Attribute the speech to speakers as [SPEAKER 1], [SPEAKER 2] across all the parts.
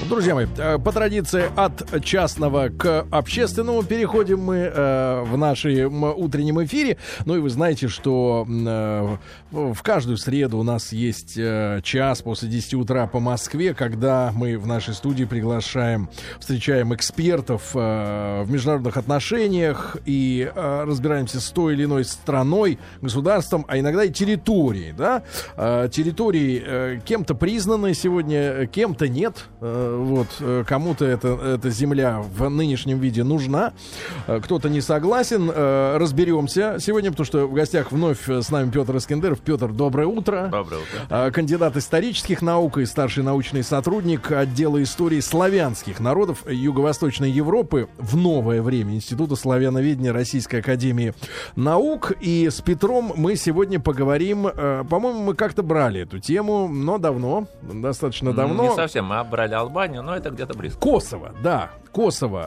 [SPEAKER 1] Друзья мои, по традиции от частного к общественному переходим мы в нашем утреннем эфире. Ну и вы знаете, что в каждую среду у нас есть час после 10 утра по Москве, когда мы в нашей студии встречаем экспертов в международных отношениях и разбираемся с той или иной страной, государством, а иногда и территорией. Да? Территории кем-то признаны сегодня, кем-то нет. Вот, кому-то эта земля в нынешнем виде нужна, кто-то не согласен. Разберемся сегодня, потому что в гостях вновь с нами Петр Искендеров. Петр, доброе утро.
[SPEAKER 2] Доброе утро.
[SPEAKER 1] Кандидат исторических наук и старший научный сотрудник отдела истории славянских народов Юго-Восточной Европы в новое время Института славяноведения Российской академии наук. И с Петром мы сегодня поговорим, по-моему, мы как-то брали эту тему, но давно, достаточно давно.
[SPEAKER 2] Не совсем, мы брали Албанию, но это где-то близко.
[SPEAKER 1] Коsovo, да, Kosovo.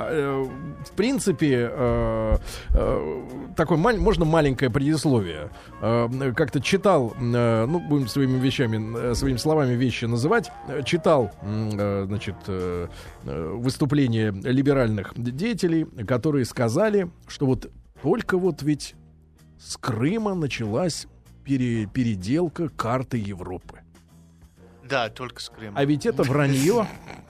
[SPEAKER 1] В принципе, такое можно маленькое предисловие. Как-то читал, ну, будем своими словами вещи называть. Читал, значит, выступления либеральных деятелей, которые сказали, что вот только вот ведь с Крыма началась переделка карты Европы.
[SPEAKER 3] Да, только с Крыма.
[SPEAKER 1] А ведь это вранье.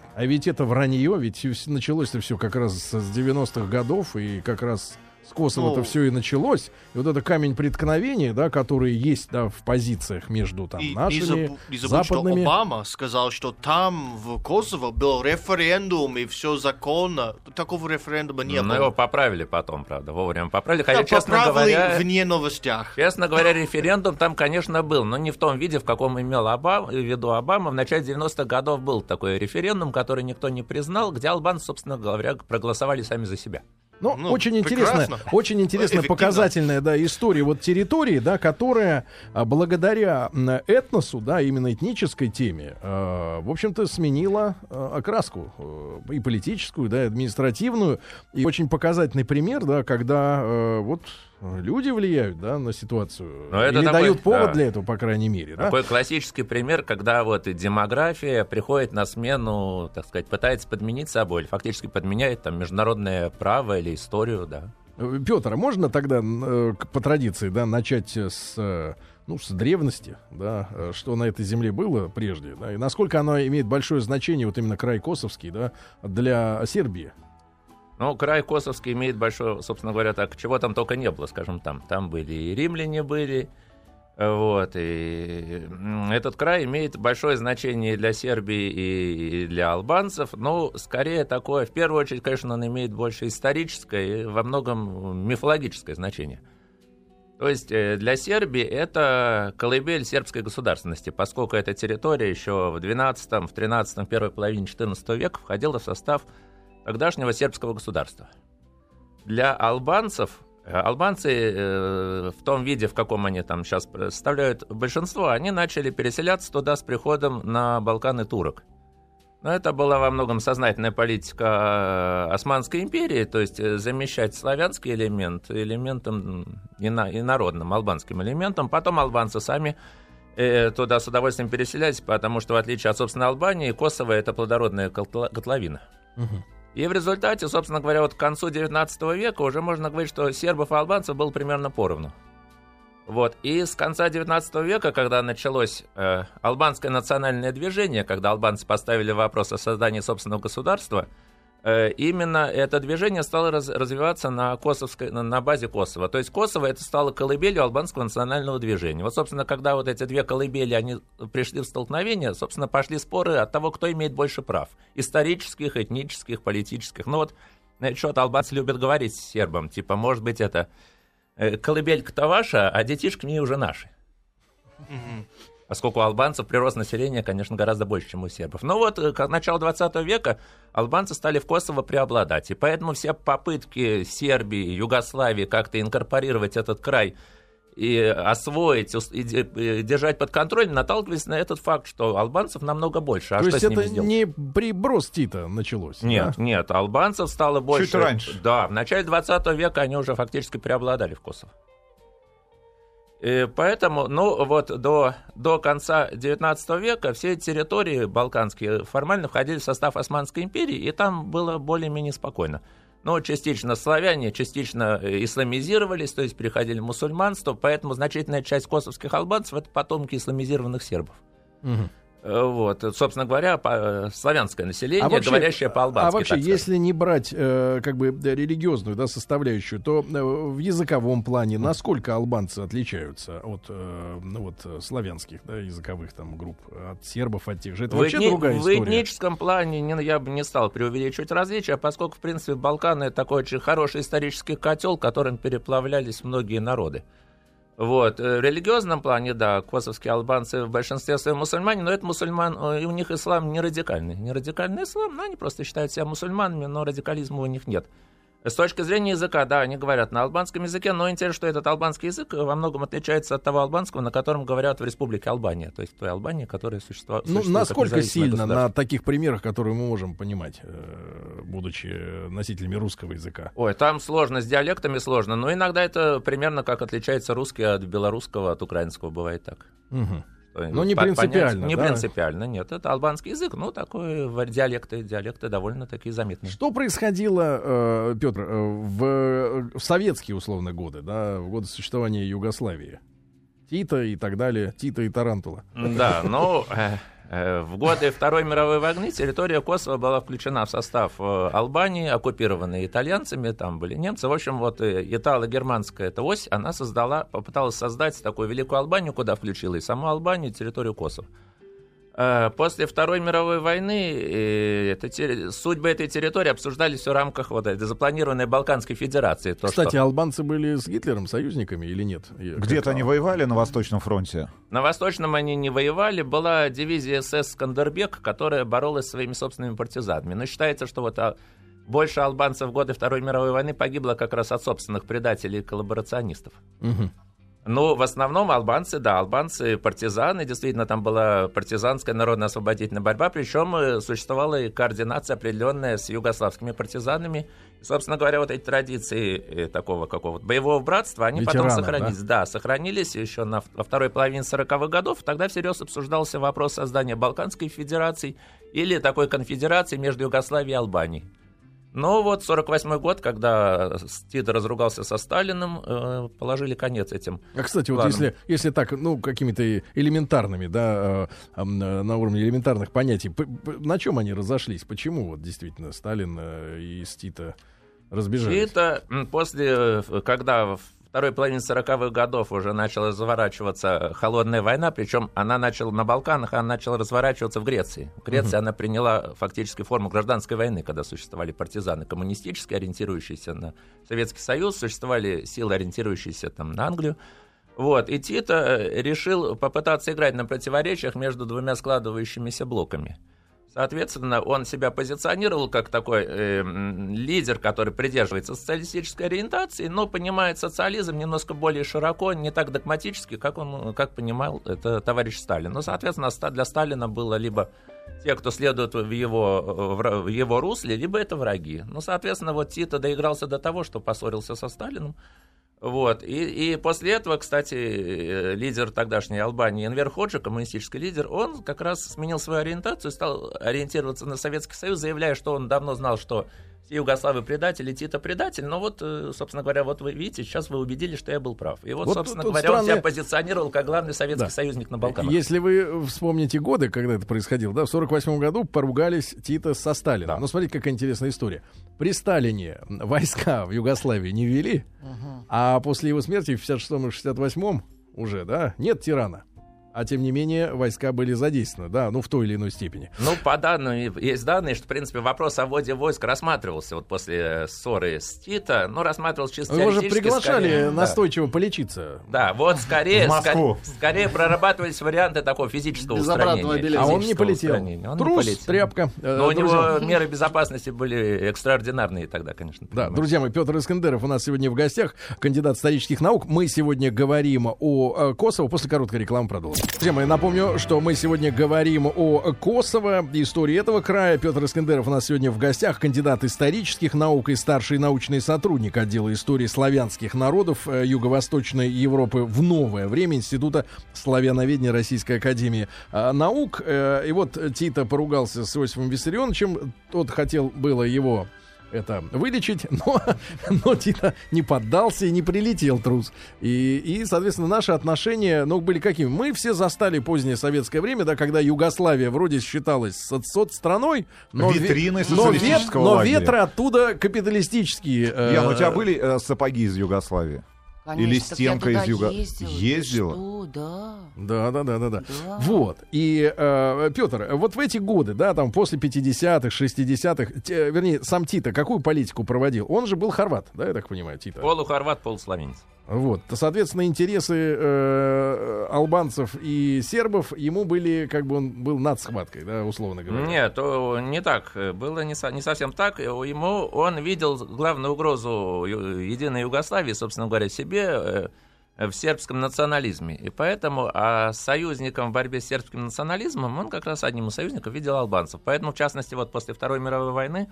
[SPEAKER 1] Ведь началось-то все как раз с 90-х годов, и как раз с Косово-то все и началось. И вот это камень преткновения, да, который есть, да, в позициях между там нашими,
[SPEAKER 3] не забудь,
[SPEAKER 1] западными.
[SPEAKER 3] что Обама сказал, что там в Косово был референдум и все законно. Такого референдума не было.
[SPEAKER 2] Но его поправили потом, правда, вовремя поправили. Хотя,
[SPEAKER 3] Да,
[SPEAKER 2] честно
[SPEAKER 3] поправили
[SPEAKER 2] говоря,
[SPEAKER 3] вне новостях.
[SPEAKER 2] Честно говоря, референдум там, конечно, был, но не в том виде, в каком имел в виду Обама. В начале 90-х годов был такой референдум, который никто не признал, где албанцы, собственно говоря, проголосовали сами за себя.
[SPEAKER 1] Ну, очень интересная показательная, да, история вот территории, да, которая благодаря этносу, да, именно этнической теме, в общем-то, сменила окраску и политическую, да, и административную. И очень показательный пример, да, когда вот люди влияют, да, на ситуацию. Или дают повод для этого, по крайней мере.
[SPEAKER 2] Такой классический пример, когда вот демография приходит на смену, так сказать, пытается подменить собой, или фактически подменяет там международное право или историю, да.
[SPEAKER 1] Петр, а можно тогда по традиции, да, начать с древности, да, что на этой земле было прежде, да, и насколько оно имеет большое значение, вот именно край Косовский, да, для Сербии?
[SPEAKER 2] Ну, край Косовский имеет большое, собственно говоря, так, чего там только не было, скажем, там были и римляне были, вот, и этот край имеет большое значение для Сербии и для албанцев, но скорее такое, в первую очередь, конечно, он имеет больше историческое и во многом мифологическое значение. То есть для Сербии это колыбель сербской государственности, поскольку эта территория еще в XII, в XIII, первой половине XIV века входила в состав тогдашнего сербского государства. Для албанцев, албанцы в том виде, в каком они там сейчас составляют большинство, они начали переселяться туда с приходом на Балканы турок. Но это была во многом сознательная политика Османской империи, то есть замещать славянский элемент элементом инородным, албанским элементом. Потом албанцы сами туда с удовольствием переселялись, потому что, в отличие от, собственно, Албании, Косово — это плодородная котловина. И в результате, собственно говоря, вот к концу XIX века уже можно говорить, что сербов и албанцев было примерно поровну. Вот. И с конца XIX века, когда началось албанское национальное движение, когда албанцы поставили вопрос о создании собственного государства, именно это движение стало развиваться на базе Косово. То есть Косово это стало колыбелью албанского национального движения. Вот, собственно, когда вот эти две колыбели, они пришли в столкновение, собственно, пошли споры от того, кто имеет больше прав. Исторических, этнических, политических. Ну вот, на этот счет албанцы любят говорить с сербом, типа, может быть, это колыбелька-то ваша, а детишки мне уже наши. Поскольку у албанцев прирост населения, конечно, гораздо больше, чем у сербов. Но вот к началу 20 века албанцы стали в Косово преобладать. И поэтому все попытки Сербии, Югославии как-то инкорпорировать этот край и освоить, и держать под контролем, наталкивались на этот факт, что албанцев намного больше. А
[SPEAKER 1] то
[SPEAKER 2] что
[SPEAKER 1] есть это не при Брос-Тита началось?
[SPEAKER 2] Нет, да? Нет, албанцев стало больше.
[SPEAKER 4] Чуть раньше.
[SPEAKER 2] Да, в начале 20 века они уже фактически преобладали в Косово. И поэтому, до конца XIX века все территории балканские формально входили в состав Османской империи, и там было более-менее спокойно. Но частично славяне, частично исламизировались, то есть переходили в мусульманство, поэтому значительная часть косовских албанцев — это потомки исламизированных сербов. Угу. Вот, собственно говоря, славянское население, говорящее по-албански.
[SPEAKER 1] А вообще, если не брать религиозную составляющую, то в языковом плане насколько албанцы отличаются от славянских языковых групп, от сербов, от тех же? Это вообще другая история.
[SPEAKER 2] В этническом плане я бы не стал преувеличивать различия, поскольку, в принципе, Балканы — это такой очень хороший исторический котел, которым переплавлялись многие народы. Вот. В религиозном плане, да, косовские албанцы в большинстве своем мусульмане, но это и у них ислам не радикальный. Не радикальный ислам, но они просто считают себя мусульманами, но радикализма у них нет. С точки зрения языка, да, они говорят на албанском языке, но интересно, что этот албанский язык во многом отличается от того албанского, на котором говорят в Республике Албания, то есть той Албании, которая существует.
[SPEAKER 1] Насколько сильно на таких примерах, которые мы можем понимать, будучи носителями русского языка?
[SPEAKER 2] Ой, там сложно, с диалектами сложно, но иногда это примерно как отличается русский от белорусского, от украинского, бывает так.
[SPEAKER 1] Угу. Но не принципиально,
[SPEAKER 2] не принципиально, нет. Это албанский язык, такой диалекты довольно-таки заметные.
[SPEAKER 1] Что происходило, Петр, в советские, условно, годы, в годы существования Югославии? Тита и так далее, Тита и Тарантула.
[SPEAKER 2] Да, в годы Второй мировой войны территория Косово была включена в состав Албании, оккупированной итальянцами, там были немцы. В общем, итало-германская эта ось, она попыталась создать такую великую Албанию, куда включила и саму Албанию, и территорию Косово. После Второй мировой войны судьбы этой территории обсуждались в рамках этой запланированной Балканской Федерации.
[SPEAKER 1] Кстати, албанцы были с Гитлером союзниками или нет?
[SPEAKER 4] Где-то они воевали на Восточном фронте?
[SPEAKER 2] На Восточном они не воевали. Была дивизия СС «Скандербек», которая боролась со своими собственными партизанами. Но считается, что больше албанцев в годы Второй мировой войны погибло как раз от собственных предателей и коллаборационистов.
[SPEAKER 1] Угу.
[SPEAKER 2] В основном албанцы-партизаны, действительно, там была партизанская народно-освободительная борьба, причем существовала и координация определенная с югославскими партизанами. И, собственно говоря, эти традиции такого какого-то боевого братства, они потом сохранились. Да, сохранились еще во второй половине 40-х годов. Тогда всерьез обсуждался вопрос создания Балканской Федерации или такой конфедерации между Югославией и Албанией. Но 48-й год, когда Тита разругался со Сталиным, положили конец этим.
[SPEAKER 1] Кстати, если так, какими-то элементарными, на уровне элементарных понятий, на чем они разошлись? Почему действительно Сталин и Тита разбежались?
[SPEAKER 2] Тита когда в второй половине 40-х годов уже начала разворачиваться холодная война, причем на Балканах она начала разворачиваться в Греции. В Греции она приняла фактически форму гражданской войны, когда существовали партизаны коммунистические, ориентирующиеся на Советский Союз, существовали силы, ориентирующиеся на Англию. И Тита решил попытаться играть на противоречиях между двумя складывающимися блоками. Соответственно, он себя позиционировал как такой лидер, который придерживается социалистической ориентации, но понимает социализм немножко более широко, не так догматически, как понимал это товарищ Сталин. Но, соответственно, для Сталина было либо те, кто следует в его русле, либо это враги. Соответственно, Тита доигрался до того, что поссорился со Сталиным. И после этого, кстати, лидер тогдашней Албании Энвер Ходжа, коммунистический лидер, он как раз сменил свою ориентацию, стал ориентироваться на Советский Союз, заявляя, что он давно знал, что все югославы предатели, Тита предатель. Но собственно говоря, вы видите, сейчас вы убедились, что я был прав. И собственно говоря, он себя позиционировал как главный советский союзник на Балканах.
[SPEAKER 1] Если вы вспомните годы, когда это происходило, в 48 году поругались Тита со Сталином. Да. Но смотрите, какая интересная история. При Сталине войска в Югославии не ввели, а после его смерти в 56-м и 68-м уже, нет тирана. А тем не менее, войска были задействованы, в той или иной степени.
[SPEAKER 2] По данным, есть данные, что, в принципе, вопрос о вводе войск рассматривался после ссоры с Тита, рассматривался чисто теоретически.
[SPEAKER 1] Его же приглашали настойчиво полечиться.
[SPEAKER 2] Да, скорее прорабатывались варианты такого физического устранения.
[SPEAKER 1] А он не полетел. Трус, тряпка.
[SPEAKER 2] Но у него меры безопасности были экстраординарные тогда, конечно.
[SPEAKER 1] Да, друзья мои, Петр Искандеров у нас сегодня в гостях, кандидат исторических наук. Мы сегодня говорим о Косово. После короткой рекламы продолжим. Друзья мои, напомню, что мы сегодня говорим о Косово, истории этого края. Петр Искандеров у нас сегодня в гостях, кандидат исторических наук и старший научный сотрудник отдела истории славянских народов Юго-Восточной Европы в новое время Института славяноведения Российской академии наук. И вот Тита поругался с Иосифом Виссарионовичем, тот хотел было его вылечить, но Тита не поддался и не прилетел трус. И, соответственно, наши отношения, были какими? Мы все застали позднее советское время, да, когда Югославия вроде считалась соцстраной, но
[SPEAKER 4] витриной социалистического лагеря.
[SPEAKER 1] Но ветры оттуда капиталистические.
[SPEAKER 4] Ян, у тебя были сапоги из Югославии?
[SPEAKER 5] Конечно,
[SPEAKER 4] или стенка из Юга...
[SPEAKER 5] Ездила?
[SPEAKER 4] Ездила?
[SPEAKER 5] Да.
[SPEAKER 1] Вот. И, Петр, вот в эти годы, да, там после 50-х, 60-х, вернее, сам Тита какую политику проводил? Он же был хорват, да, я так понимаю, Тита?
[SPEAKER 2] Полухорват, полуславянец.
[SPEAKER 1] Вот, соответственно, интересы албанцев и сербов ему были, он был над схваткой, да, условно говоря.
[SPEAKER 2] Нет, не так. Было не совсем так. Он видел главную угрозу единой Югославии, собственно говоря, себе в сербском национализме. И поэтому союзником в борьбе с сербским национализмом он как раз одним из союзников видел албанцев. Поэтому, в частности, вот после Второй мировой войны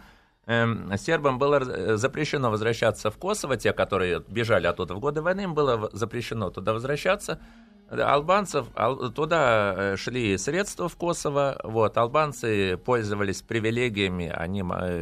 [SPEAKER 2] сербам было запрещено возвращаться в Косово, те, которые бежали оттуда в годы войны, им было запрещено туда возвращаться. Албанцев, туда шли средства в Косово, вот, албанцы пользовались привилегиями, они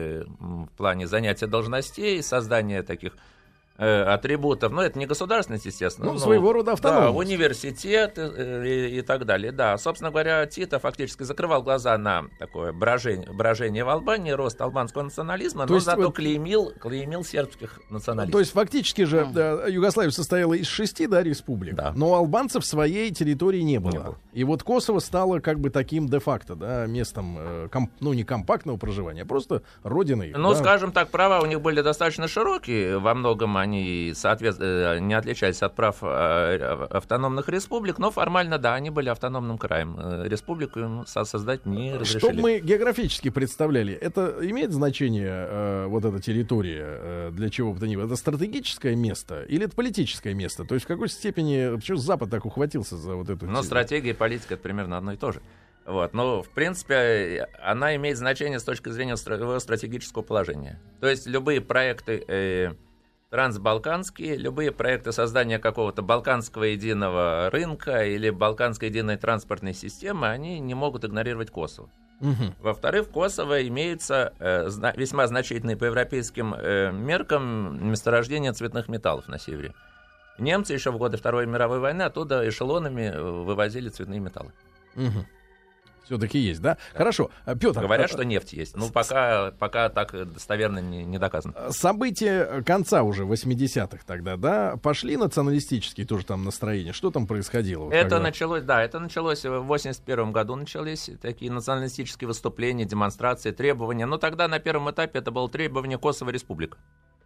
[SPEAKER 2] в плане занятия должностей, создания таких атрибутов, это не государственность, естественно.
[SPEAKER 1] Своего рода автономность.
[SPEAKER 2] Да, университет и так далее, да. Собственно говоря, Тита фактически закрывал глаза на такое брожение в Албании, рост албанского национализма, но зато клеймил сербских националистов.
[SPEAKER 1] То есть фактически же Югославия состояла из 6, республик,
[SPEAKER 2] да.
[SPEAKER 1] Но албанцев своей территории не было. И вот Косово стало таким де-факто, да, местом, не компактного проживания, а просто родиной.
[SPEAKER 2] Скажем так, права у них были достаточно широкие, во многом они, соответственно, не отличались от прав автономных республик, но формально, да, они были автономным краем. Республику им создать не разрешили.
[SPEAKER 1] Чтобы мы географически представляли, это имеет значение, вот эта территория, для чего бы то ни было? Это стратегическое место или это политическое место? То есть в какой степени, почему Запад так ухватился за вот эту...
[SPEAKER 2] Стратегия и политика — это примерно одно и то же. Вот. Но, в принципе, она имеет значение с точки зрения своего стратегического положения. То есть любые проекты трансбалканские, любые проекты создания какого-то балканского единого рынка или балканской единой транспортной системы, они не могут игнорировать Косово.
[SPEAKER 1] Угу.
[SPEAKER 2] Во-вторых, в Косово имеются весьма значительные по европейским меркам месторождения цветных металлов на севере. Немцы еще в годы Второй мировой войны оттуда эшелонами вывозили цветные металлы.
[SPEAKER 1] Угу. Все-таки есть, да? Хорошо. Петр.
[SPEAKER 2] Говорят, что нефть есть. Пока так достоверно не доказано.
[SPEAKER 1] События конца уже 80-х тогда, да, пошли националистические тоже там настроения. Что там происходило?
[SPEAKER 2] Это началось в 81 году. Начались такие националистические выступления, демонстрации, требования. Но тогда на первом этапе это было требование Косово-республика.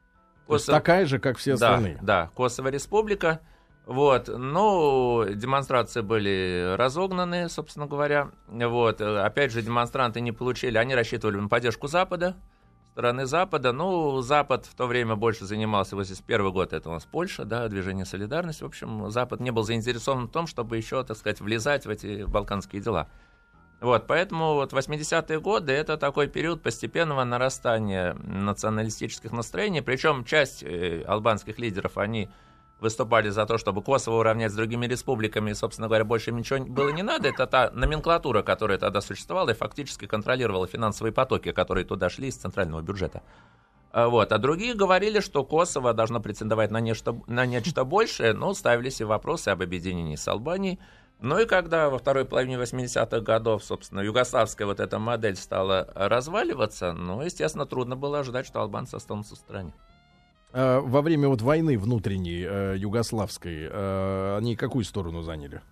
[SPEAKER 1] Такая же, как все остальные.
[SPEAKER 2] Да, Косово-республика. Вот, демонстрации были разогнаны, собственно говоря. Вот, опять же, демонстранты не получили, они рассчитывали на поддержку Запада, стороны Запада. Запад в то время больше занимался, 81 год, это у нас Польша, да, движение «Солидарность». В общем, Запад не был заинтересован в том, чтобы еще, так сказать, влезать в эти балканские дела. Вот, поэтому 80-е годы — это такой период постепенного нарастания националистических настроений. Причем часть албанских лидеров, они выступали за то, чтобы Косово уравнять с другими республиками, и, собственно говоря, больше ничего было не надо. Это та номенклатура, которая тогда существовала и фактически контролировала финансовые потоки, которые туда шли из центрального бюджета. Вот. А другие говорили, что Косово должно претендовать на нечто большее, но ставили себе вопросы об объединении с Албанией. И когда во второй половине 80-х годов, собственно, югославская вот эта модель стала разваливаться, естественно, трудно было ожидать, что албанцы останутся в стране.
[SPEAKER 1] Во время войны внутренней югославской они какую сторону заняли?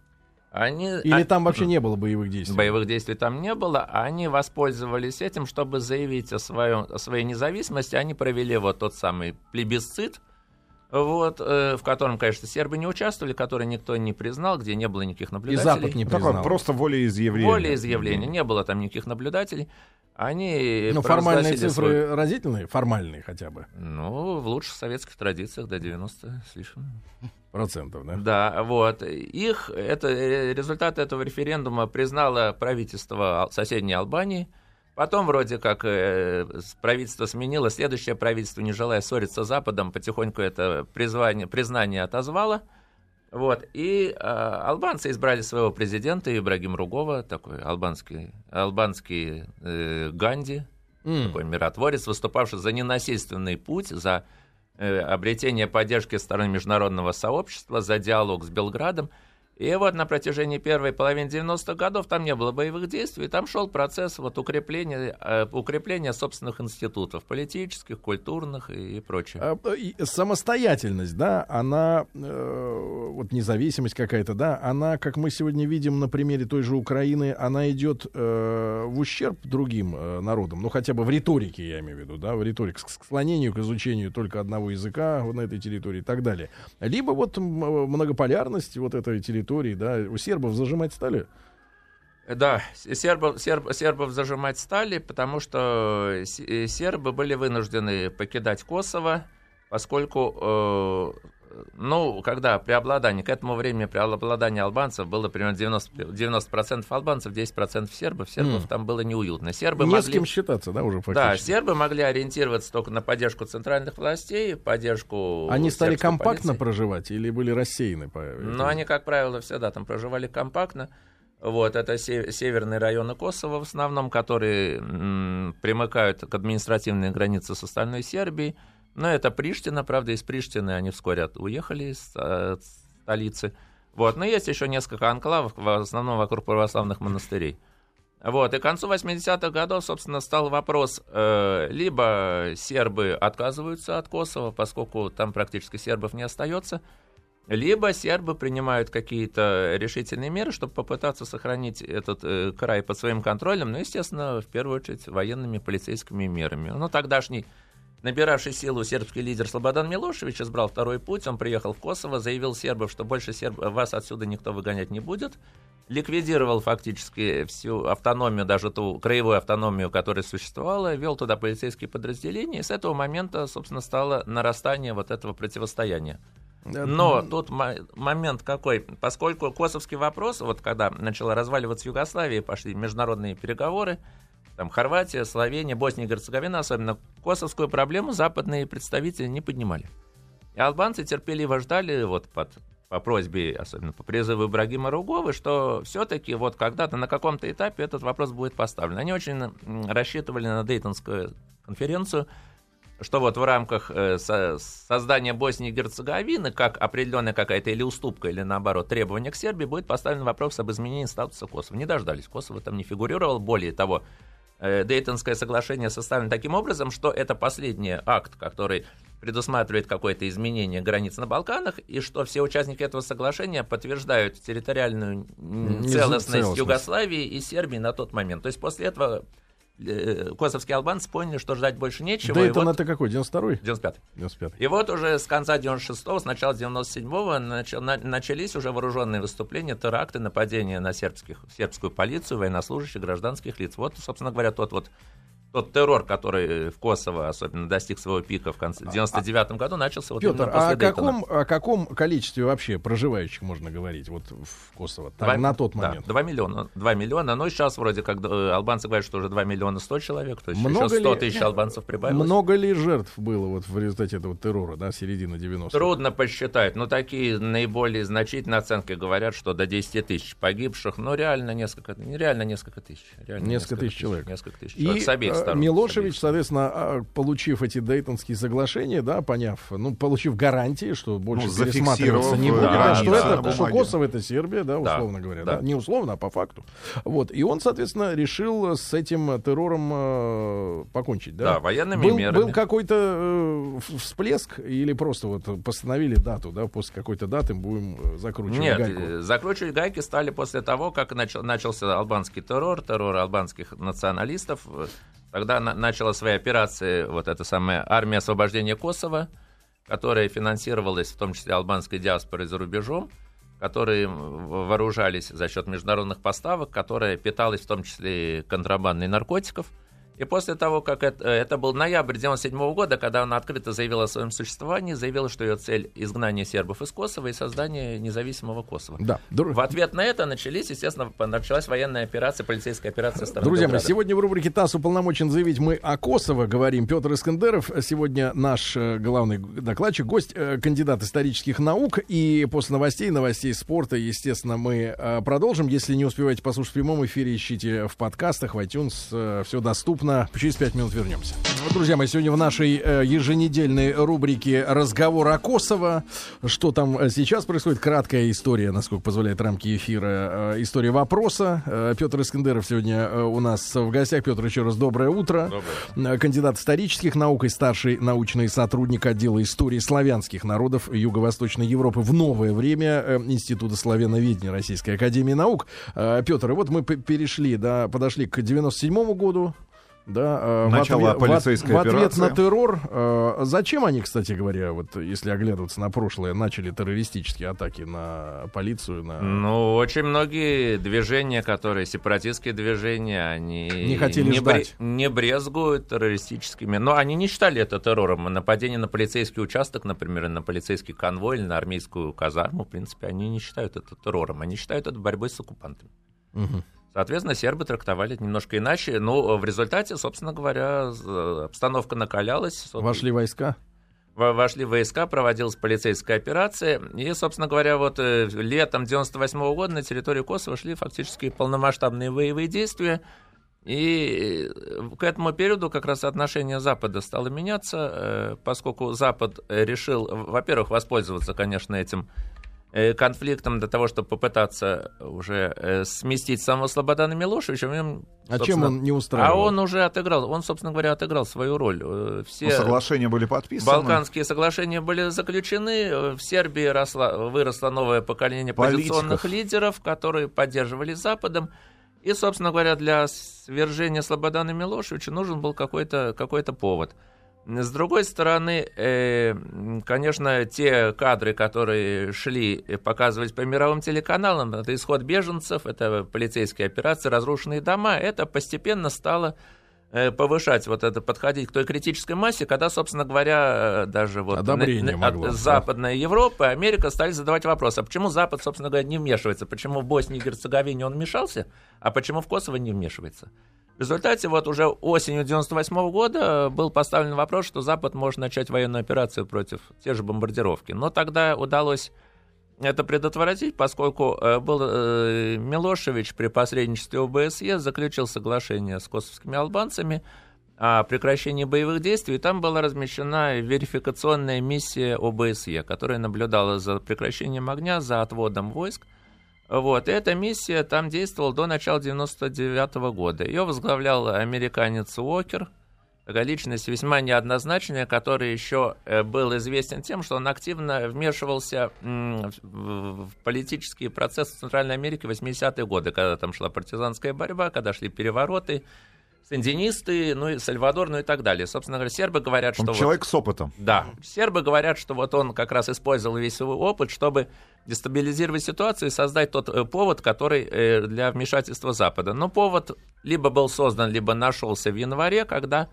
[SPEAKER 1] Или там вообще не было боевых действий?
[SPEAKER 2] Боевых действий там не было. Они воспользовались этим, чтобы заявить о своей независимости. Они провели тот самый плебисцит вот, в котором, конечно, сербы не участвовали, который никто не признал, где не было никаких
[SPEAKER 1] И
[SPEAKER 2] наблюдателей.
[SPEAKER 1] Запад не признал.
[SPEAKER 4] Такое просто волеизъявление.
[SPEAKER 2] Волеизъявление, не было там никаких наблюдателей. Они
[SPEAKER 1] Ну, формальные
[SPEAKER 2] провозгласили
[SPEAKER 1] цифры разительные, формальные хотя бы.
[SPEAKER 2] Ну, в лучших советских традициях до 90 с лишним.
[SPEAKER 1] Процентов, да?
[SPEAKER 2] Да, вот. Результаты этого референдума признало правительство соседней Албании. Потом вроде как правительство сменило, следующее правительство, не желая ссориться с Западом, потихоньку это признание отозвало. Вот. И албанцы избрали своего президента Ибрагим Ругова, такой албанский Ганди, такой миротворец, выступавший за ненасильственный путь, за обретение поддержки со стороны международного сообщества, за диалог с Белградом. И вот на протяжении первой половины 90-х годов там не было боевых действий, и там шел процесс вот укрепления собственных институтов, политических, культурных и прочее.
[SPEAKER 1] Самостоятельность, да, она, вот независимость какая-то, да, она, как мы сегодня видим на примере той же Украины, она идет в ущерб другим народам, ну хотя бы в риторике, я имею в виду, да, в риторике, к склонению, к изучению только одного языка на этой территории и так далее. Либо вот многополярность вот этой территории, да, у сербов зажимать стали?
[SPEAKER 2] Да, сербов зажимать стали, потому что сербы были вынуждены покидать Косово, поскольку, когда к этому времени преобладание албанцев было примерно 90% албанцев, 10% сербов там было неуютно.
[SPEAKER 1] Не с кем считаться, да, уже фактически?
[SPEAKER 2] Да, сербы могли ориентироваться только на поддержку центральных властей, поддержку
[SPEAKER 1] Они стали компактно
[SPEAKER 2] полиции.
[SPEAKER 1] Проживать или были рассеяны?
[SPEAKER 2] Они, как правило, всегда там проживали компактно. Вот, это северные районы Косово в основном, которые примыкают к административной границе с остальной Сербией. Но это Приштина, правда, из Приштины они вскоре уехали из столицы. Вот, но есть еще несколько анклавов, в основном вокруг православных монастырей. Вот, и к концу 80-х годов, собственно, стал вопрос, либо сербы отказываются от Косово, поскольку там практически сербов не остается, либо сербы принимают какие-то решительные меры, чтобы попытаться сохранить этот край под своим контролем, ну, естественно, в первую очередь военными, полицейскими мерами. Ну, тогдашний набиравший силу сербский лидер Слободан Милошевич избрал второй путь, он приехал в Косово, заявил сербам, что больше вас отсюда никто выгонять не будет, ликвидировал фактически всю автономию, даже ту краевую автономию, которая существовала, ввел туда полицейские подразделения, и с этого момента, собственно, стало нарастание вот этого противостояния. Но тут момент какой, поскольку косовский вопрос, вот когда начала разваливаться Югославия, пошли международные переговоры, там Хорватия, Словения, Босния и Герцеговина, особенно косовскую проблему западные представители не поднимали. И албанцы терпеливо ждали, вот по просьбе, особенно по призыву Ибрагима Ругова, что все-таки вот когда-то на каком-то этапе этот вопрос будет поставлен. Они очень рассчитывали на Дейтонскую конференцию, что вот в рамках создания Боснии и Герцеговины, как определенная какая-то или уступка, или наоборот требование к Сербии, будет поставлен вопрос об изменении статуса Косово. Не дождались, Косово там не фигурировал. Более того, Дейтонское соглашение составлено таким образом, что это последний акт, который предусматривает какое-то изменение границ на Балканах, и что все участники этого соглашения подтверждают территориальную целостность Югославии и Сербии на тот момент. То есть после этого косовские албанцы поняли, что ждать больше нечего.
[SPEAKER 1] Дейтон
[SPEAKER 2] вот,
[SPEAKER 1] это какой, 92-й?
[SPEAKER 2] 95-й. И вот уже с конца 96-го, с начала 97-го начались уже вооруженные выступления, теракты, нападения на сербскую полицию, военнослужащих, гражданских лиц. Вот, собственно говоря, тот террор, который в Косово особенно достиг своего пика в конце 99-м году, начался вот
[SPEAKER 1] Петр,
[SPEAKER 2] именно после Дейтона.
[SPEAKER 1] О каком количестве вообще проживающих можно говорить вот в Косово на тот момент?
[SPEAKER 2] 2 миллиона, но сейчас вроде как албанцы говорят, что уже 2 миллиона 100 человек, то есть
[SPEAKER 1] много
[SPEAKER 2] еще 100 тысяч албанцев прибавилось.
[SPEAKER 1] Много ли жертв было вот в результате этого террора, да, середины 90-х?
[SPEAKER 2] Трудно посчитать, но такие наиболее значительные оценки говорят, что до 10 тысяч погибших, но реально несколько тысяч.
[SPEAKER 1] Несколько тысяч человек.
[SPEAKER 2] Несколько тысяч человек с обеих сторон.
[SPEAKER 1] Милошевич, соответственно, получив эти Дейтонские соглашения, да, получив гарантии, что больше пересматриваться не будет, что Косово это Сербия, да, условно говоря, да. Не условно, а по факту. Вот, и он, соответственно, решил с этим террором покончить, да?
[SPEAKER 2] Да, военными мерами.
[SPEAKER 1] Был какой-то всплеск или просто вот постановили дату, да, после какой-то даты будем закручивать гайку?
[SPEAKER 2] Нет, закручивать гайки стали после того, как начался албанский террор албанских националистов. Тогда начала свои операции вот эта самая армия освобождения Косово. которая финансировалась в том числе албанской диаспорой за рубежом, которые вооружались за счет международных поставок, которая питалась в том числе контрабандой наркотиков. И после того, как это был ноябрь 1997 года, когда она открыто заявила о своем существовании, заявила, что ее цель — изгнание сербов из Косово и создание независимого Косово.
[SPEAKER 1] Да.
[SPEAKER 2] В ответ на это началась военная операция, полицейская операция со стороны
[SPEAKER 1] Друзья мои,
[SPEAKER 2] Белграда.
[SPEAKER 1] сегодня в рубрике «ТАСС уполномочен заявить» мы о Косово говорим. Петр Искандеров сегодня наш главный докладчик, гость, кандидат исторических наук. И после новостей спорта, естественно, мы продолжим. Если не успеваете послушать в прямом эфире, ищите в подкастах, в iTunes, все доступно. Через 5 минут вернемся. Друзья мои, сегодня в нашей еженедельной рубрике «Разговор о Косово». Что там сейчас происходит? Краткая история, насколько позволяет рамки эфира. История вопроса. Петр Искандеров сегодня у нас в гостях. Петр, еще раз доброе утро. Доброе. Кандидат исторических наук и старший научный сотрудник отдела истории славянских народов Юго-Восточной Европы в новое время Института славяноведения Российской академии наук. Петр, и вот мы подошли к 97-му году. Да,
[SPEAKER 4] начало полицейской
[SPEAKER 1] в ответ
[SPEAKER 4] операции.
[SPEAKER 1] на террор. Зачем они, кстати говоря, вот если оглядываться на прошлое, начали террористические атаки на полицию?
[SPEAKER 2] Ну, очень многие движения, сепаратистские движения, они
[SPEAKER 1] не хотели ждать.
[SPEAKER 2] Не брезгуют террористическими. Но они не считали это террором. Нападение на полицейский участок, например, на полицейский конвой или на армейскую казарму, в принципе, они не считают это террором. Они считают это борьбой с оккупантами.
[SPEAKER 1] Угу.
[SPEAKER 2] Соответственно, сербы трактовали это немножко иначе, но в результате, собственно говоря, обстановка накалялась.
[SPEAKER 1] Вошли войска?
[SPEAKER 2] Вошли войска, проводилась полицейская операция, и, собственно говоря, вот летом 1998 года на территории Косово шли фактически полномасштабные боевые действия, и к этому периоду как раз отношение Запада стало меняться, поскольку Запад решил, во-первых, воспользоваться, конечно, этим конфликтом для того, чтобы попытаться уже сместить самого Слободана Милошевича.
[SPEAKER 1] А чем он не устраивал?
[SPEAKER 2] А он уже отыграл, собственно говоря, отыграл свою роль. Все
[SPEAKER 4] соглашения были подписаны.
[SPEAKER 2] Балканские соглашения были заключены. В Сербии выросло новое поколение позиционных лидеров, которые поддерживали Западом. И, собственно говоря, для свержения Слободана Милошевича нужен был какой-то повод. С другой стороны, конечно, те кадры, которые шли, показывались по мировым телеканалам, это исход беженцев, это полицейские операции, разрушенные дома, это постепенно стало повышать, подходить к той критической массе, когда, собственно говоря, даже от Западной Европы, Америка стали задавать вопрос, а почему Запад, собственно говоря, не вмешивается, почему в Боснии и Герцеговине он вмешался, а почему в Косово не вмешивается? В результате уже осенью 1998 года был поставлен вопрос, что Запад может начать военную операцию против те же бомбардировки. Но тогда удалось это предотвратить, поскольку Милошевич при посредничестве ОБСЕ заключил соглашение с косовскими албанцами о прекращении боевых действий, и там была размещена верификационная миссия ОБСЕ, которая наблюдала за прекращением огня, за отводом войск. И эта миссия там действовала до начала 1999 года. Ее возглавлял американец Уокер, такая личность весьма неоднозначная, который еще был известен тем, что он активно вмешивался в политические процессы в Центральной Америке в 80-е годы, когда там шла партизанская борьба, когда шли перевороты, сандинисты, и Сальвадор, и так далее. Собственно говоря, сербы говорят, что...
[SPEAKER 4] Человек с опытом.
[SPEAKER 2] Да, сербы говорят, что он как раз использовал весь свой опыт, чтобы дестабилизировать ситуацию и создать тот повод, который для вмешательства Запада. Но повод либо был создан, либо нашелся в январе, когда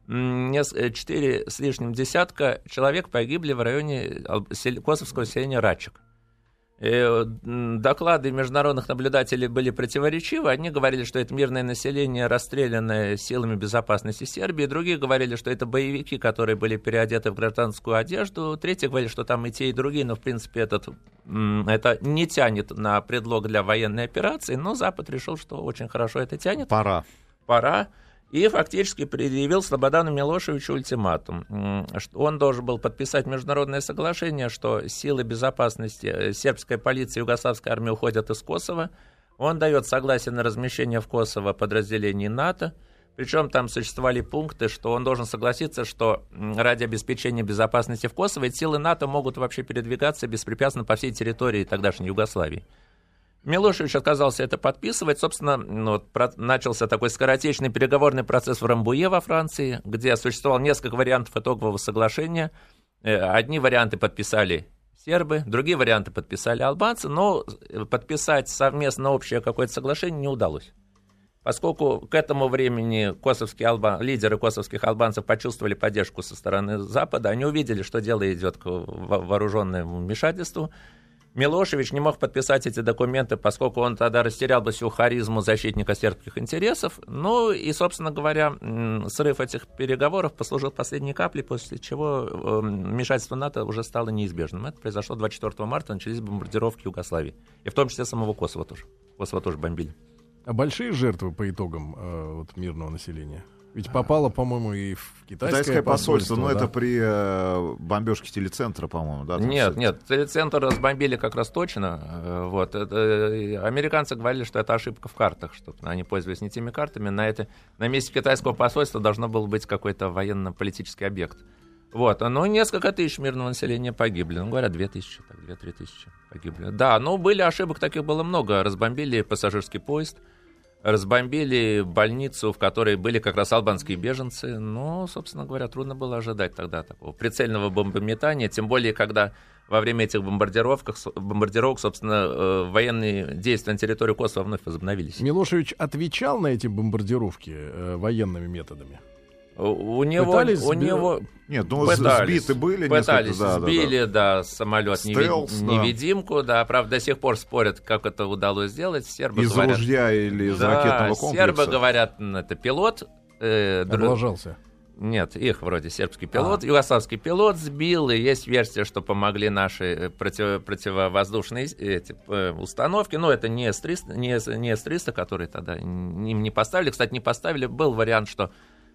[SPEAKER 2] 4 с лишним десятка человек погибли в районе косовского селения Рачек. Доклады международных наблюдателей были противоречивы. Одни говорили, что это мирное население, расстрелянное силами безопасности Сербии. Другие говорили, что это боевики, которые были переодеты в гражданскую одежду. Третьи говорили, что там и те, и другие. Но, в принципе, это не тянет на предлог для военной операции. Но Запад решил, что очень хорошо это тянет. Пора. И фактически предъявил Слободану Милошевичу ультиматум. Он должен был подписать международное соглашение, что силы безопасности, сербская полиция и югославская армия уходят из Косово. Он дает согласие на размещение в Косово подразделений НАТО. Причем там существовали пункты, что он должен согласиться, что ради обеспечения безопасности в Косово эти силы НАТО могут вообще передвигаться беспрепятственно по всей территории тогдашней Югославии. Милошевич отказался это подписывать. Собственно, начался такой скоротечный переговорный процесс в Рамбуе во Франции, где существовало несколько вариантов итогового соглашения. Одни варианты подписали сербы, другие варианты подписали албанцы, но подписать совместно общее какое-то соглашение не удалось. Поскольку к этому времени лидеры косовских албанцев почувствовали поддержку со стороны Запада, они увидели, что дело идет к вооруженному вмешательству. Милошевич не мог подписать эти документы, поскольку он тогда растерял бы всю харизму защитника сербских интересов. Ну и, собственно говоря, срыв этих переговоров послужил последней каплей, после чего вмешательство НАТО уже стало неизбежным. Это произошло 24 марта, начались бомбардировки Югославии. И в том числе самого Косово тоже. Косово тоже бомбили.
[SPEAKER 1] А большие жертвы по итогам мирного населения? Ведь попало, по-моему, и в китайское посольство.
[SPEAKER 4] Но это при бомбежке телецентра, по-моему, да?
[SPEAKER 2] Нет, телецентр разбомбили как раз точно. Вот. Американцы говорили, что это ошибка в картах, что они пользовались не теми картами. На месте китайского посольства должно было быть какой-то военно-политический объект. Вот. Но несколько тысяч мирного населения погибли. Говорят, 2000, 2-3 тысячи погибли. Да, но были ошибок, таких было много. Разбомбили пассажирский поезд. Разбомбили больницу, в которой были как раз албанские беженцы. Но, собственно говоря, трудно было ожидать тогда такого прицельного бомбометания. Тем более, когда во время этих бомбардировок, собственно, военные действия на территории Косово вновь возобновились.
[SPEAKER 1] Милошевич отвечал на эти бомбардировки военными методами?
[SPEAKER 2] У него
[SPEAKER 4] Нет,
[SPEAKER 2] пытались,
[SPEAKER 4] сбиты были
[SPEAKER 2] сбили, невидимку, да, правда, до сих пор спорят, как это удалось сделать. Сербы
[SPEAKER 4] из
[SPEAKER 2] говорят,
[SPEAKER 4] ружья или из ракетного комплекса?
[SPEAKER 2] Сербы говорят, это пилот.
[SPEAKER 1] Облажался.
[SPEAKER 2] Нет, их вроде сербский пилот, югославский пилот сбил, и есть версия, что помогли наши противовоздушные установки. Но это не С-300, которые тогда им не поставили. Кстати, не поставили. Был вариант, что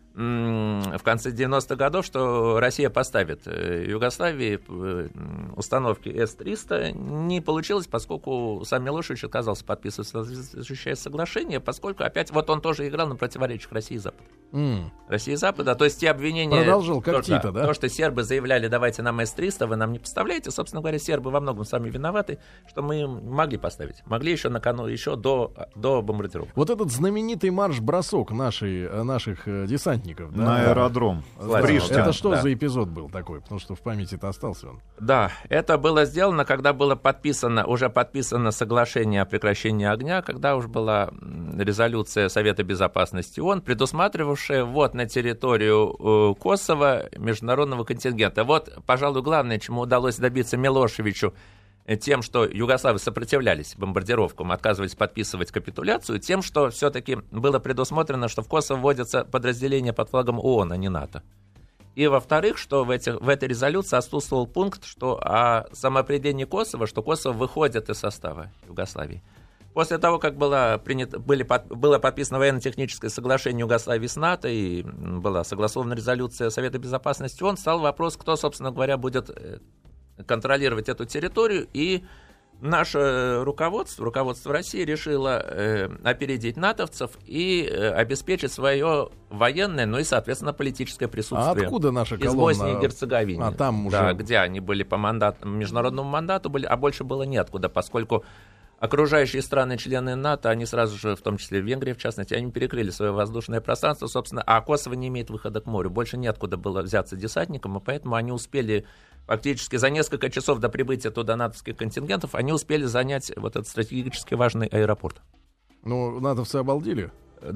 [SPEAKER 2] в конце 90-х годов, что Россия поставит Югославии установки С-300. Не получилось, поскольку сам Милошевич отказался подписывать соответствующее соглашение, поскольку опять вот он тоже играл на противоречиях России и Запада. России и Запада, то есть те обвинения...
[SPEAKER 1] Продолжил, как Тита, да?
[SPEAKER 2] То, что сербы заявляли, давайте нам С-300, вы нам не поставляете. Собственно говоря, сербы во многом сами виноваты, что мы могли поставить. Могли еще до бомбардировок.
[SPEAKER 1] Вот этот знаменитый марш-бросок наших десантников, да?
[SPEAKER 4] На аэродром.
[SPEAKER 1] Это что за эпизод был такой? Потому что в памяти-то остался он.
[SPEAKER 2] Да, это было сделано, когда было уже подписано соглашение о прекращении огня, когда уже была резолюция Совета Безопасности ООН, предусматривавшая ввод на территорию Косово международного контингента. Вот, пожалуй, главное, чему удалось добиться Милошевичу, тем, что югославы сопротивлялись бомбардировкам, отказывались подписывать капитуляцию, тем, что все-таки было предусмотрено, что в Косово вводятся подразделения под флагом ООН, а не НАТО. И, во-вторых, что в этой резолюции отсутствовал пункт, что о самоопределении Косово, что Косово выходит из состава Югославии. После того, как было подписано военно-техническое соглашение Югославии с НАТО и была согласована резолюция Совета Безопасности ООН, стал вопрос, кто, собственно говоря, будет контролировать эту территорию, и наше руководство России решило опередить натовцев и обеспечить свое военное, ну и, соответственно, политическое присутствие.
[SPEAKER 1] А откуда наша колонна?
[SPEAKER 2] Из Боснии и Герцеговины.
[SPEAKER 1] Там уже...
[SPEAKER 2] Да, где они были по международному мандату, а больше было неоткуда, поскольку окружающие страны-члены НАТО, они сразу же, в том числе Венгрия, в частности, они перекрыли свое воздушное пространство, собственно, а Косово не имеет выхода к морю. Больше неоткуда было взяться десантникам, и поэтому они успели фактически за несколько часов до прибытия туда натовских контингентов, они успели занять вот этот стратегически важный аэропорт.
[SPEAKER 1] Ну, натовцы обалдели?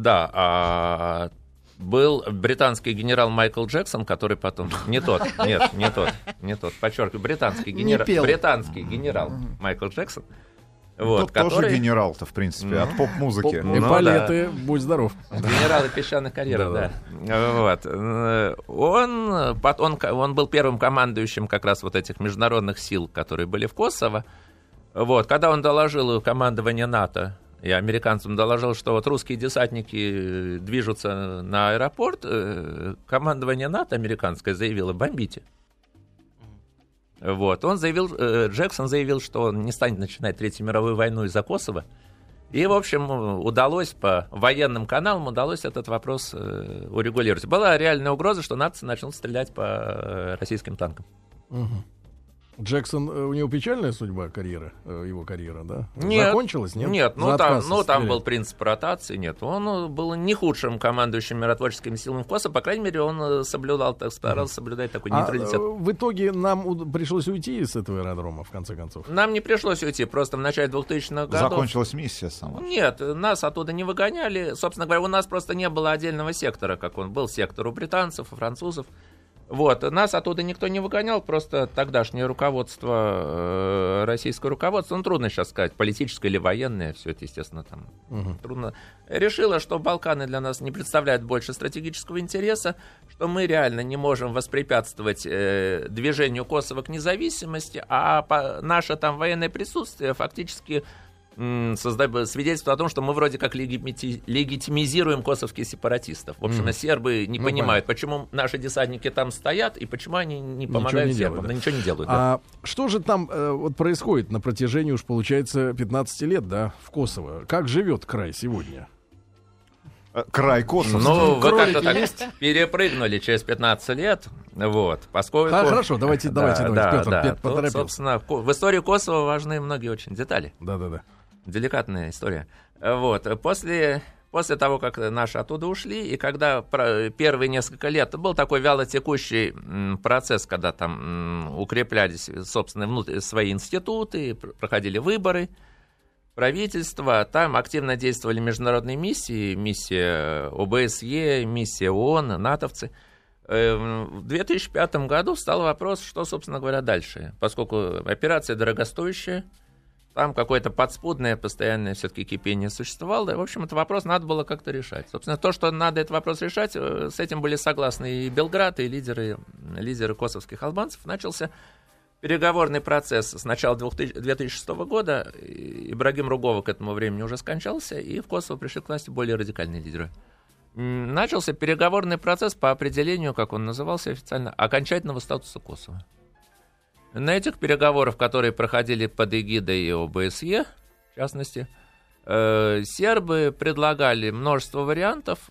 [SPEAKER 2] Да, был британский генерал Майкл Джексон, который потом... Не тот, подчеркиваю, британский генерал Майкл Джексон. Вот,
[SPEAKER 4] тоже генерал-то, в принципе, от поп-музыки.
[SPEAKER 1] Эполеты, будь здоров.
[SPEAKER 2] Генералы песчаных карьеров, да. Вот. Он был первым командующим как раз вот этих международных сил, которые были в Косово. Вот. Когда он доложил командование НАТО, и американцам доложил, что вот русские десантники движутся на аэропорт, командование НАТО американское заявило: бомбите. Вот. Джексон заявил, что он не станет начинать Третью мировую войну из-за Косово. И, в общем, удалось по военным каналам этот вопрос урегулировать. Была реальная угроза, что нации начнут стрелять по российским танкам.
[SPEAKER 1] Угу. Джексон, у него печальная судьба карьеры, его карьера, да?
[SPEAKER 2] Нет,
[SPEAKER 1] закончилась, нет?
[SPEAKER 2] Нет, там был принцип ротации, нет. Он был не худшим командующим миротворческими силами в Косово, по крайней мере, он старался соблюдать такой нейтралитет.
[SPEAKER 1] В итоге нам пришлось уйти с этого аэродрома, в конце концов?
[SPEAKER 2] Нам не пришлось уйти, просто в начале 2000-х годов...
[SPEAKER 4] Закончилась миссия сама?
[SPEAKER 2] Нет, нас оттуда не выгоняли. Собственно говоря, у нас просто не было отдельного сектора, как он был, сектор у британцев, у французов. Вот, нас оттуда никто не выгонял, просто тогдашнее руководство, российское руководство, ну, трудно сейчас сказать, политическое или военное, все это, естественно, там трудно, решило, что Балканы для нас не представляют больше стратегического интереса, что мы реально не можем воспрепятствовать движению Косово к независимости, а наше там военное присутствие фактически... свидетельство о том, что мы вроде как легитимизируем косовских сепаратистов. В общем, сербы не понимают, почему наши десантники там стоят и почему они не помогают сербам. Да. Ничего не делают.
[SPEAKER 1] А что же там вот происходит на протяжении, уж получается, 15 лет, да, в Коsovo? Как живет край сегодня?
[SPEAKER 4] Край Косово.
[SPEAKER 2] Ну, вы как-то так перепрыгнули через 15 лет, вот, поскольку...
[SPEAKER 1] Хорошо, давайте, Петр, поторопился.
[SPEAKER 2] Собственно, в истории Косово важны многие очень детали.
[SPEAKER 1] Да.
[SPEAKER 2] Деликатная история. Вот, после того, как наши оттуда ушли, и когда первые несколько лет был такой вялотекущий процесс, когда там укреплялись, собственно, свои институты, проходили выборы, правительства, там активно действовали международные миссии, миссия ОБСЕ, миссия ООН, натовцы. В 2005 году встал вопрос, что, собственно говоря, дальше, поскольку операция дорогостоящая, там какое-то подспудное постоянное все-таки кипение существовало. В общем, этот вопрос надо было как-то решать. Собственно, то, что надо этот вопрос решать, с этим были согласны и Белград, и лидеры косовских албанцев. Начался переговорный процесс с начала 2006 года. Ибрагим Ругова к этому времени уже скончался, и в Косово пришли к власти более радикальные лидеры. Начался переговорный процесс по определению, как он назывался официально, окончательного статуса Косово. На этих переговорах, которые проходили под эгидой ОБСЕ, в частности, сербы предлагали множество вариантов,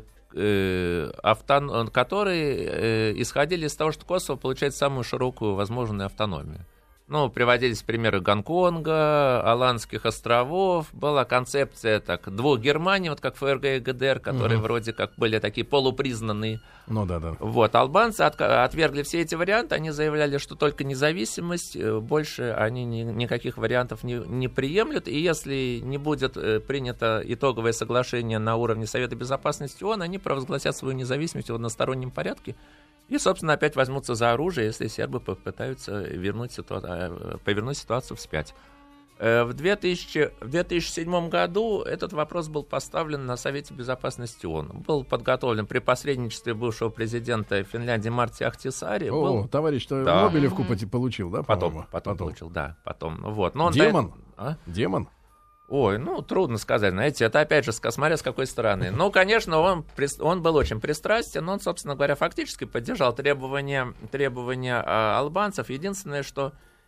[SPEAKER 2] которые исходили из того, что Косово получает самую широкую возможную автономию. Ну, приводились примеры Гонконга, Аландских островов. Была концепция двух Германий, вот как ФРГ и ГДР, которые вроде как были такие полупризнанные.
[SPEAKER 1] Ну да.
[SPEAKER 2] Вот, албанцы отвергли все эти варианты. Они заявляли, что только независимость, больше они никаких вариантов не приемлют. И если не будет принято итоговое соглашение на уровне Совета Безопасности ООН, они провозгласят свою независимость в одностороннем порядке. И, собственно, опять возьмутся за оружие, если сербы попытаются повернуть ситуацию вспять. В 2007 году этот вопрос был поставлен на Совете Безопасности ООН. Был подготовлен при посредничестве бывшего президента Финляндии Марти Ахтисари.
[SPEAKER 1] Товарищ-то Нобелевку получил, да,
[SPEAKER 2] по-моему? Потом получил, да. Вот. Но
[SPEAKER 1] Демон? Демон?
[SPEAKER 2] Ой, трудно сказать, знаете, это опять же, смотря с какой стороны. Ну, конечно, он был очень пристрастен, он, собственно говоря, фактически поддержал требования албанцев. Единственное, что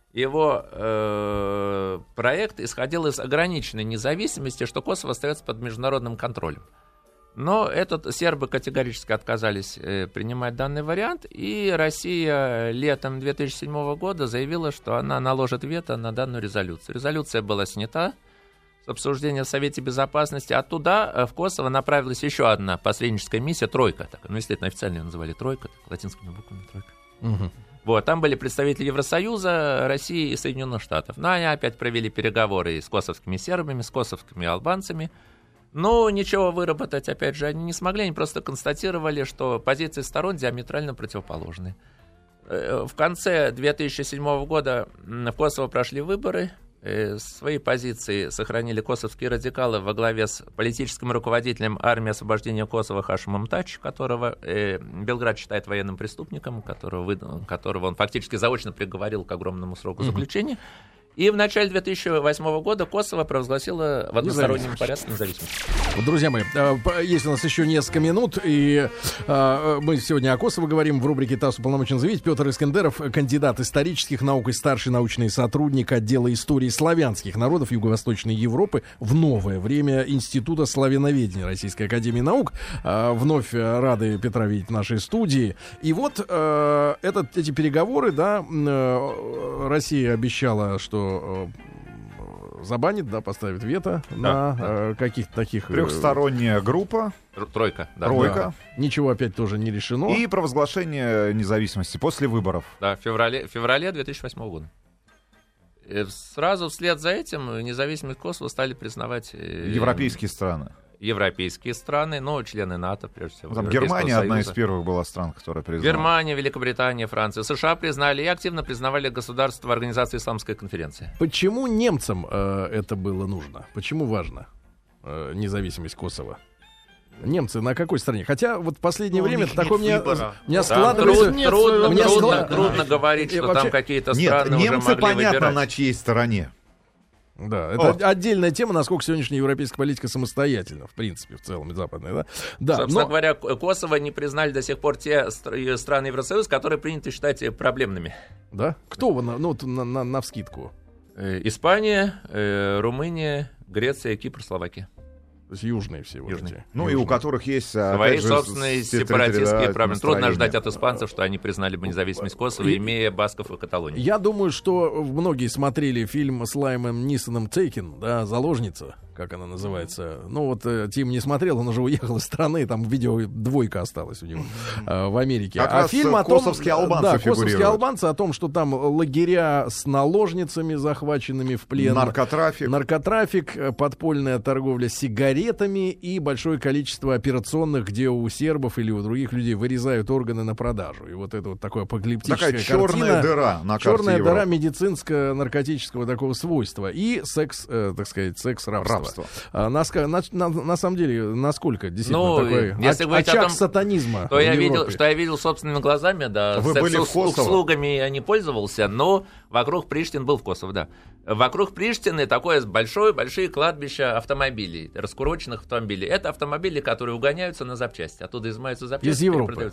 [SPEAKER 2] его проект исходил из ограниченной независимости, что Косово остается под международным контролем. Но сербы категорически отказались принимать данный вариант, и Россия летом 2007 года заявила, что она наложит вето на данную резолюцию. Резолюция была снята с обсуждения в Совете Безопасности, а туда, в Косово, направилась еще одна посредническая миссия, «Тройка». Естественно, официально ее называли «Тройка», латинскими буквами «Тройка». Вот, там были представители Евросоюза, России и Соединенных Штатов. Но они опять провели переговоры с косовскими сербами, с косовскими албанцами. Но ничего выработать, опять же, они не смогли, они просто констатировали, что позиции сторон диаметрально противоположны. В конце 2007 года в Косово прошли выборы. Свои позиции сохранили косовские радикалы во главе с политическим руководителем армии освобождения Косово Хашимом Тач, которого Белград считает военным преступником, которого он фактически заочно приговорил к огромному сроку заключения. И в начале 2008 года Косово провозгласило в одностороннем порядке независимость.
[SPEAKER 1] Друзья мои, есть у нас еще несколько минут, и мы сегодня о Косово говорим в рубрике «ТАСС уполномочен заявить». Петр Искендеров, кандидат исторических наук и старший научный сотрудник отдела истории славянских народов Юго-Восточной Европы в новое время Института славяноведения Российской академии наук. Вновь рады Петра видеть в нашей студии. И вот эти переговоры, да, Россия обещала, что забанит, да, поставит вето на каких-то таких...
[SPEAKER 4] Трехсторонняя группа.
[SPEAKER 2] Тройка. Да.
[SPEAKER 4] Тройка.
[SPEAKER 1] Да. Ничего опять тоже не решено.
[SPEAKER 4] И провозглашение независимости после выборов.
[SPEAKER 2] Да, в феврале 2008 года. Сразу вслед за этим независимость Косово стали признавать...
[SPEAKER 4] Европейские страны.
[SPEAKER 2] Европейские страны, но члены НАТО, прежде всего.
[SPEAKER 4] Там Германия одна из первых была стран, которая признала.
[SPEAKER 2] Германия, Великобритания, Франция, США признали и активно признавали государство Организации Исламской конференции.
[SPEAKER 1] Почему немцам это было нужно? Почему важно независимость Косово? Немцы на какой стороне? Хотя вот в последнее время такое мне складывается...
[SPEAKER 2] Трудно говорить, что там какие-то страны уже
[SPEAKER 4] немцы
[SPEAKER 2] могли
[SPEAKER 4] понятно,
[SPEAKER 2] выбирать.
[SPEAKER 4] на чьей стороне.
[SPEAKER 1] Да, это отдельная тема, насколько сегодняшняя европейская политика самостоятельна, в принципе, в целом, западная, да? Да,
[SPEAKER 2] собственно говоря, Косово не признали до сих пор те страны Евросоюза, которые принято считать проблемными.
[SPEAKER 1] Да? Кто вы, навскидку?
[SPEAKER 2] Испания, Румыния, Греция, Кипр, Словакия.
[SPEAKER 1] То есть южные все вот эти.
[SPEAKER 4] Ну, и у которых есть...
[SPEAKER 2] Свои собственные сепаратистские проблемы. Трудно ждать от испанцев, что они признали бы независимость Косово, имея басков и Каталонию.
[SPEAKER 1] Я думаю, что многие смотрели фильм с Лаймом Нисоном «Тейкен», да, «Заложница», как она называется. Ну вот Тим не смотрел, он уже уехал из страны, там видео 2 осталось у него в Америке.
[SPEAKER 4] Как раз
[SPEAKER 1] фильм о том,
[SPEAKER 4] косовские албанцы фигурируют.
[SPEAKER 1] Косовские албанцы, о том, что там лагеря с наложницами, захваченными в плен. Наркотрафик, подпольная торговля сигаретами и большое количество операционных, где у сербов или у других людей вырезают органы на продажу. И вот это вот такое апокалиптическая
[SPEAKER 4] такая черная дыра на карте
[SPEAKER 1] черная
[SPEAKER 4] Европы.
[SPEAKER 1] дыра медицинско-наркотического такого свойства. И секс, так сказать, секс-рабство. На самом деле, насколько действительно такой очаг сатанизма
[SPEAKER 2] что я видел собственными глазами, да, услугами я не пользовался, но вокруг Приштины был в Косово, да. Вокруг Приштины большие кладбища автомобилей, раскуроченных автомобилей. Это автомобили, которые угоняются на запчасти. Оттуда изымаются запчасти.
[SPEAKER 1] Из Европы.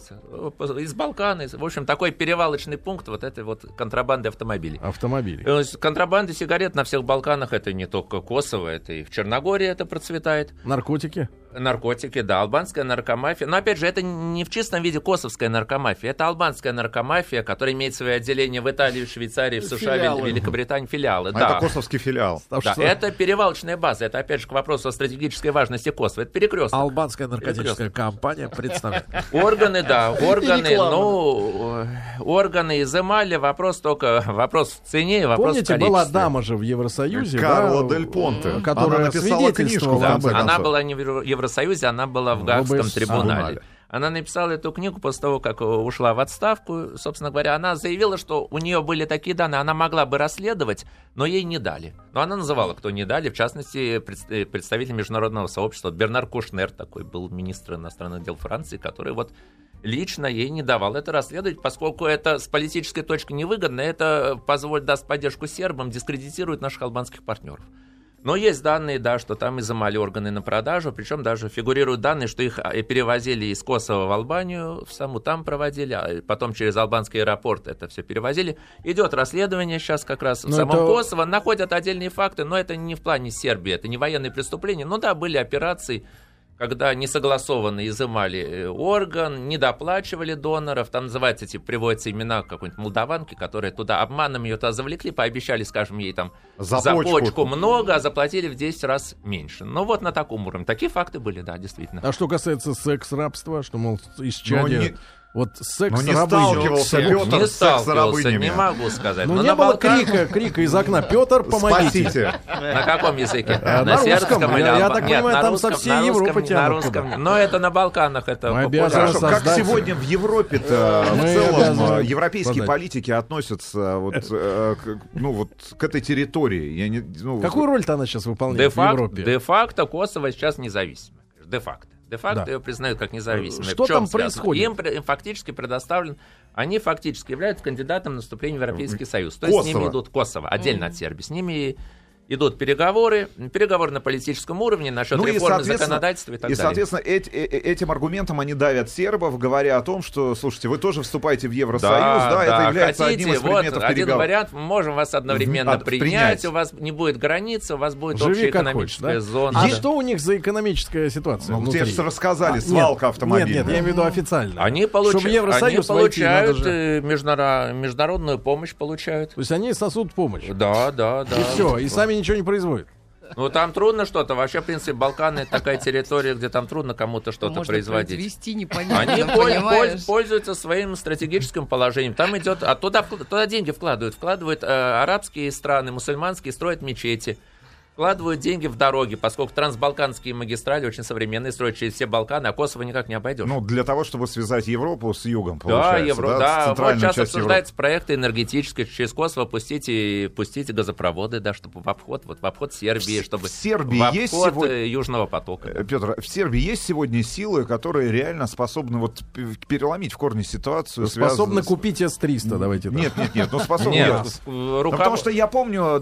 [SPEAKER 2] Из Балкан. В общем, такой перевалочный пункт вот этой вот контрабанды автомобилей. Контрабанда сигарет на всех Балканах — это не только Косово, это и в Черногории это процветает. Наркотики, да, албанская наркомафия. Но, опять же, это не в чистом виде косовская наркомафия. Это албанская наркомафия, которая имеет свои отделения в Италии, в Швейцарии, в США, в Великобритании, филиалы.
[SPEAKER 4] Это косовский филиал.
[SPEAKER 2] Да, это перевалочная база. Это, опять же, к вопросу о стратегической важности Косово. Это перекресток.
[SPEAKER 1] Албанская наркотическая компания представляет.
[SPEAKER 2] Органы изымали. Вопрос в цене, вопрос в количестве.
[SPEAKER 1] Помните, была дама же в Евросоюзе,
[SPEAKER 4] Карла Дель Понте,
[SPEAKER 1] которая
[SPEAKER 4] написала книжку.
[SPEAKER 2] Она была не в Евросоюзе, она была в Гаагском трибунале. Она написала эту книгу после того, как ушла в отставку. Собственно говоря, она заявила, что у нее были такие данные, она могла бы расследовать, но ей не дали. Но она называла, кто не дали, в частности, представитель международного сообщества. Бернар Кушнер такой был министр иностранных дел Франции, который вот лично ей не давал это расследовать, поскольку это с политической точки невыгодно, это даст поддержку сербам, дискредитирует наших албанских партнеров. Но есть данные, да, что там изымали органы на продажу, причем даже фигурируют данные, что их перевозили из Косово в Албанию, в саму там проводили, а потом через албанский аэропорт это все перевозили. Идет расследование сейчас как раз в самом Косово, находят отдельные факты, но это не в плане Сербии, это не военные преступления, но да, были операции, когда несогласованно изымали орган, недоплачивали доноров, там называется, приводятся имена какой-нибудь молдаванки, которые туда обманом ее туда завлекли, пообещали, скажем, ей там за почку много, а заплатили в 10 раз меньше. Ну вот на таком уровне. Такие факты были, да, действительно.
[SPEAKER 1] А что касается секс-рабства, что, мол, исчадие... Вот секс
[SPEAKER 4] не сталкивался Петр с секс-рабынями.
[SPEAKER 2] Не могу сказать.
[SPEAKER 1] Но не было крика из окна: «Петр, помогите!»
[SPEAKER 2] На каком языке?
[SPEAKER 1] На сербском? Я так понимаю, там со всей Европы тянут.
[SPEAKER 2] Но это на Балканах.
[SPEAKER 4] Хорошо, как сегодня в Европе-то в целом европейские политики относятся к этой территории?
[SPEAKER 1] Какую роль-то она сейчас выполняет в Европе?
[SPEAKER 2] Де-факто Косово сейчас независимо. Де-факто. Де-факто ее признают как независимой.
[SPEAKER 1] Что там происходит?
[SPEAKER 2] Им фактически предоставлен... Они фактически являются кандидатом на вступление в Европейский Союз. То есть с ними идут Косово, отдельно от Сербии. С ними идут переговоры на политическом уровне насчет реформы законодательства и так далее.
[SPEAKER 4] И, соответственно, этим аргументом они давят сербов, говоря о том, что, слушайте, вы тоже вступаете в Евросоюз, это является одним из предметов переговоров.
[SPEAKER 2] Один вариант, мы можем вас одновременно принять, у вас не будет границы, у вас будет общая экономическая зона.
[SPEAKER 1] А что у них за экономическая ситуация?
[SPEAKER 4] Ну, тебе же рассказали, свалка автомобилей.
[SPEAKER 1] Нет, я имею в виду официально.
[SPEAKER 2] Они получают международную помощь, получают.
[SPEAKER 1] То есть они сосут помощь?
[SPEAKER 2] Да.
[SPEAKER 1] И все, и сами ничего не производят.
[SPEAKER 2] Ну, там трудно что-то. Вообще, в принципе, Балканы — это такая территория, где там трудно кому-то что-то производить.
[SPEAKER 6] Произвести непонятно,
[SPEAKER 2] они пользуются своим стратегическим положением. Там идет... А туда деньги вкладывают. Вкладывают арабские страны, мусульманские, строят мечети. Вкладывают деньги в дороги, поскольку трансбалканские магистрали очень современные, строят через все Балканы, а Косово никак не обойдешь.
[SPEAKER 4] Ну, для того, чтобы связать Европу с югом, получается.
[SPEAKER 2] Да. Вот сейчас обсуждается проекты энергетические, через Косово пустите газопроводы, да, чтобы в обход Сербии, чтобы
[SPEAKER 4] в Сербии
[SPEAKER 2] в обход
[SPEAKER 4] есть сегодня...
[SPEAKER 2] Южного потока. Да.
[SPEAKER 4] Петр, в Сербии есть сегодня силы, которые реально способны переломить в корне ситуацию.
[SPEAKER 1] Способны купить С-300, давайте.
[SPEAKER 4] Нет, но способны... Потому что я помню,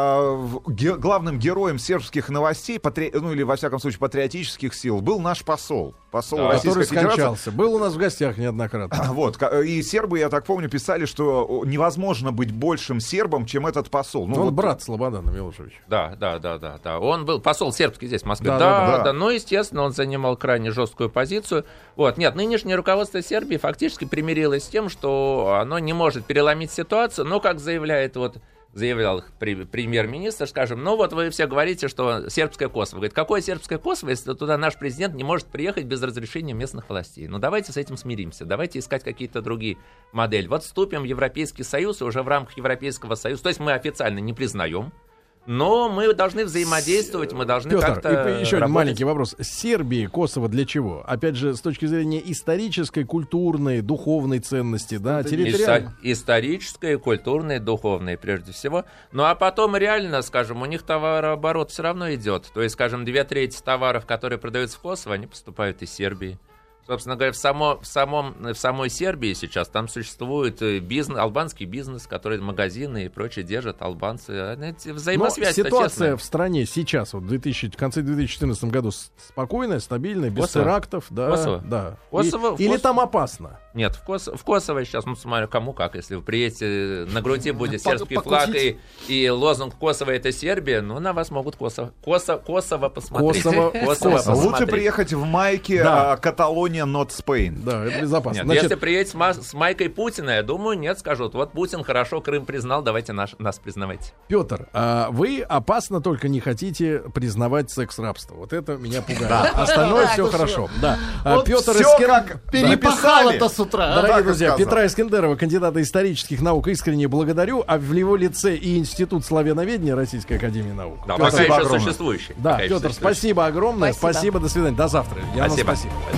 [SPEAKER 4] главным героем сербских новостей, или во всяком случае патриотических сил, был наш посол Российской Федерации.
[SPEAKER 1] Скончался. Был у нас в гостях неоднократно.
[SPEAKER 4] Вот. И сербы, я так помню, писали, что невозможно быть большим сербом, чем этот посол.
[SPEAKER 1] Он брат Слободана Милошевича.
[SPEAKER 2] Да. Он был посол сербский здесь, в Москве.
[SPEAKER 1] Да.
[SPEAKER 2] Но, естественно, он занимал крайне жесткую позиццию. Нет, нынешнее руководство Сербии фактически примирилось с тем, что оно не может переломить ситуацию, но, как заявлял премьер-министр, скажем, вы все говорите, что сербское Косово. Говорит, какое сербское Косово, если туда наш президент не может приехать без разрешения местных властей? Давайте с этим смиримся, давайте искать какие-то другие модели. Вступим в Европейский Союз, и уже в рамках Европейского Союза, то есть мы официально не признаем, но мы должны взаимодействовать, мы должны
[SPEAKER 1] Петр,
[SPEAKER 2] как-то
[SPEAKER 1] еще один маленький вопрос. Сербии, Косово для чего? Опять же, с точки зрения исторической, культурной, духовной ценности, да, территориальной?
[SPEAKER 2] Исторической, культурной, духовной, прежде всего. А потом реально, скажем, у них товарооборот все равно идет. То есть, скажем, 2/3 товаров, которые продаются в Косово, они поступают из Сербии. Собственно говоря, в самой Сербии сейчас там существует албанский бизнес, который магазины и прочее держат албанцы. Взаимосвязь.
[SPEAKER 1] Ситуация в стране сейчас, в конце 2014 году, спокойная, стабильная, без терактов. Да,
[SPEAKER 2] Косово?
[SPEAKER 1] Да.
[SPEAKER 2] Или
[SPEAKER 1] там опасно?
[SPEAKER 2] Нет, в Косово сейчас, смотрю, кому как. Если вы приедете, на груди будет сербский флаг и лозунг «Косово — это Сербия», на вас могут Косово посмотреть.
[SPEAKER 1] Косово.
[SPEAKER 4] Лучше приехать в майке Каталония not Spain.
[SPEAKER 1] Да, это безопасно.
[SPEAKER 2] Нет, если приедете с майкой Путина, я думаю, нет, скажут, Путин хорошо Крым признал, давайте нас признавайте.
[SPEAKER 1] Петр, вы опасно только не хотите признавать секс-рабство. Вот это меня пугает. Остальное все хорошо. Да.
[SPEAKER 3] Петр как перепахало-то с утра.
[SPEAKER 1] Дорогие друзья, Петра Искендерова, кандидата исторических наук, искренне благодарю. А в его лице и Институт славяноведения Российской академии наук.
[SPEAKER 2] Да, пока еще существующий.
[SPEAKER 1] Да, Петр, спасибо огромное. Спасибо, до свидания. До завтра. Спасибо.